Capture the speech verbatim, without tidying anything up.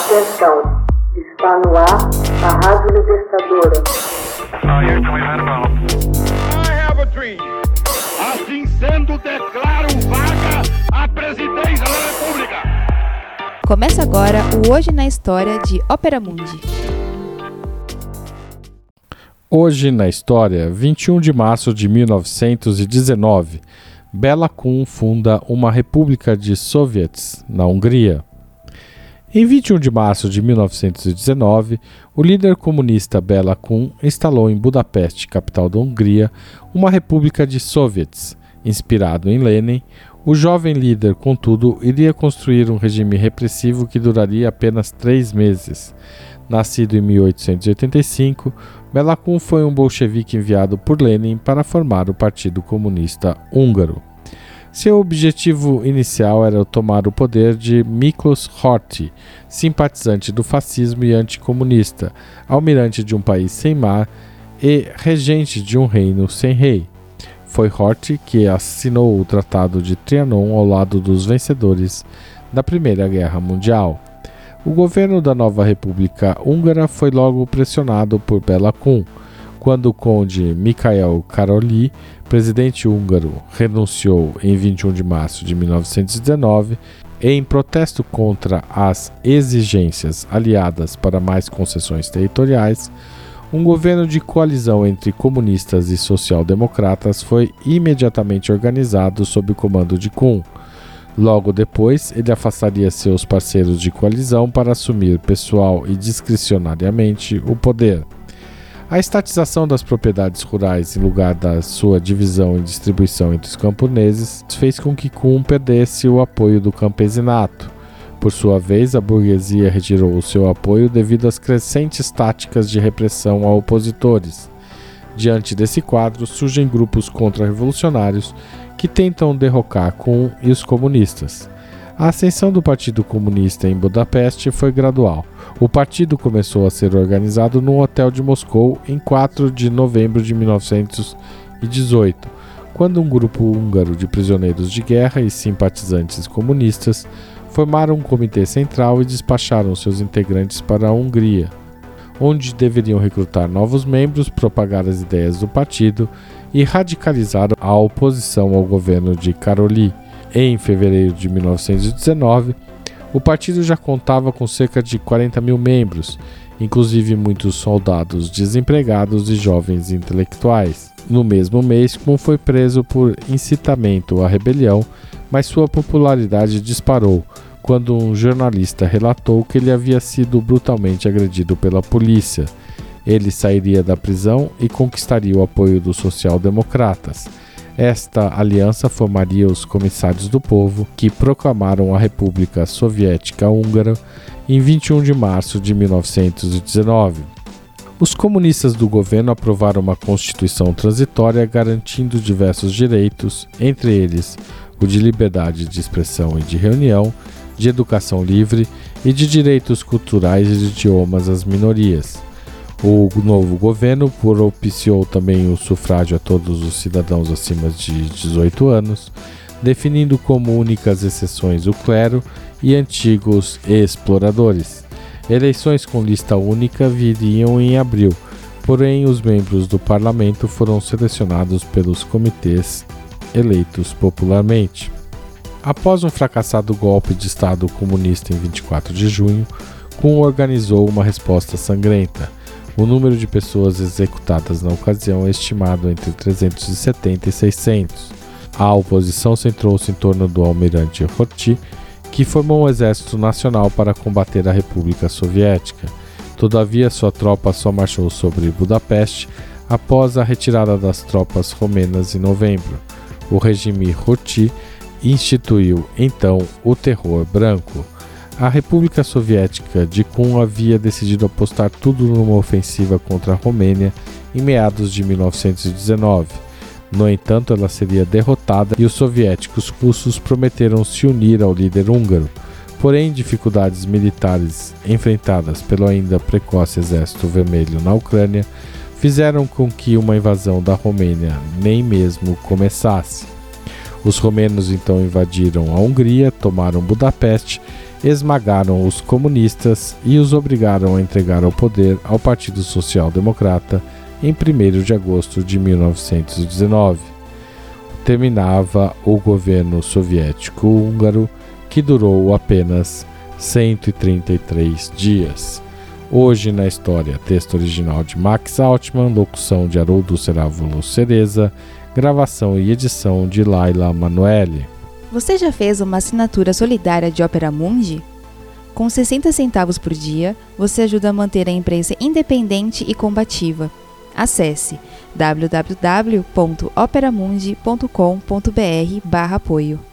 Atenção, está no ar a Rádio Libertadora. I have a dream. Assim sendo, declaro vaga a presidência da República. Começa agora o Hoje na História de Ópera Mundi. Hoje na História, vinte e um de março de mil novecentos e dezenove, Béla Kun funda uma república de soviets na Hungria. Em vinte e um de março de mil novecentos e dezenove, o líder comunista Béla Kun instalou em Budapeste, capital da Hungria, uma república de soviets. Inspirado em Lenin, o jovem líder, contudo, iria construir um regime repressivo que duraria apenas três meses. Nascido em mil oitocentos e oitenta e cinco, Béla Kun foi um bolchevique enviado por Lenin para formar o Partido Comunista Húngaro. Seu objetivo inicial era tomar o poder de Miklos Horthy, simpatizante do fascismo e anticomunista, almirante de um país sem mar e regente de um reino sem rei. Foi Horthy que assinou o Tratado de Trianon ao lado dos vencedores da Primeira Guerra Mundial. O governo da nova República Húngara foi logo pressionado por Béla Kun, quando o conde Mikhail Károlyi, presidente húngaro, renunciou em vinte e um de março de mil novecentos e dezenove, em protesto contra as exigências aliadas para mais concessões territoriais. Um governo de coalizão entre comunistas e social-democratas foi imediatamente organizado sob o comando de Kun. Logo depois, ele afastaria seus parceiros de coalizão para assumir pessoal e discricionariamente o poder. A estatização das propriedades rurais em lugar da sua divisão e distribuição entre os camponeses fez com que Kun perdesse o apoio do campesinato. Por sua vez, a burguesia retirou o seu apoio devido às crescentes táticas de repressão a opositores. Diante desse quadro, surgem grupos contra-revolucionários que tentam derrocar Kun e os comunistas. A ascensão do Partido Comunista em Budapeste foi gradual. O partido começou a ser organizado num hotel de Moscou em quatro de novembro de mil novecentos e dezoito, quando um grupo húngaro de prisioneiros de guerra e simpatizantes comunistas formaram um comitê central e despacharam seus integrantes para a Hungria, onde deveriam recrutar novos membros, propagar as ideias do partido e radicalizar a oposição ao governo de Károlyi. Em fevereiro de mil novecentos e dezenove, o partido já contava com cerca de quarenta mil membros, inclusive muitos soldados desempregados e jovens intelectuais. No mesmo mês, Kun foi preso por incitamento à rebelião, mas sua popularidade disparou quando um jornalista relatou que ele havia sido brutalmente agredido pela polícia. Ele sairia da prisão e conquistaria o apoio dos social-democratas. Esta aliança formaria os Comissários do Povo, que proclamaram a República Soviética Húngara em vinte e um de março de mil novecentos e dezenove. Os comunistas do governo aprovaram uma constituição transitória garantindo diversos direitos, entre eles o de liberdade de expressão e de reunião, de educação livre e de direitos culturais e de idiomas às minorias. O novo governo propiciou também o sufrágio a todos os cidadãos acima de dezoito anos, definindo como únicas exceções o clero e antigos exploradores. Eleições com lista única viriam em abril, porém os membros do parlamento foram selecionados pelos comitês eleitos popularmente. Após um fracassado golpe de Estado comunista em vinte e quatro de junho, Kun organizou uma resposta sangrenta. O número de pessoas executadas na ocasião é estimado entre trezentos e setenta e seiscentos. A oposição centrou-se em torno do almirante Horthy, que formou um exército nacional para combater a República Soviética. Todavia, sua tropa só marchou sobre Budapeste após a retirada das tropas romenas em novembro. O regime Horthy instituiu, então, o terror branco. A República Soviética de Kun havia decidido apostar tudo numa ofensiva contra a Romênia em meados de mil novecentos e dezenove. No entanto, ela seria derrotada e os soviéticos russos prometeram se unir ao líder húngaro. Porém, dificuldades militares enfrentadas pelo ainda precoce Exército Vermelho na Ucrânia fizeram com que uma invasão da Romênia nem mesmo começasse. Os romenos então invadiram a Hungria, tomaram Budapeste esmagaram os comunistas e os obrigaram a entregar o poder ao Partido Social Democrata em primeiro de agosto de mil novecentos e dezenove. Terminava o governo soviético húngaro, que durou apenas cento e trinta e três dias. Hoje na História, texto original de Max Altman, locução de Haroldo Cerávulo Cereza, gravação e edição de Laila Manoeli. Você já fez uma assinatura solidária de Opera Mundi? Com sessenta centavos por dia, você ajuda a manter a imprensa independente e combativa. Acesse w w w ponto operamundi ponto com ponto b r barra apoio.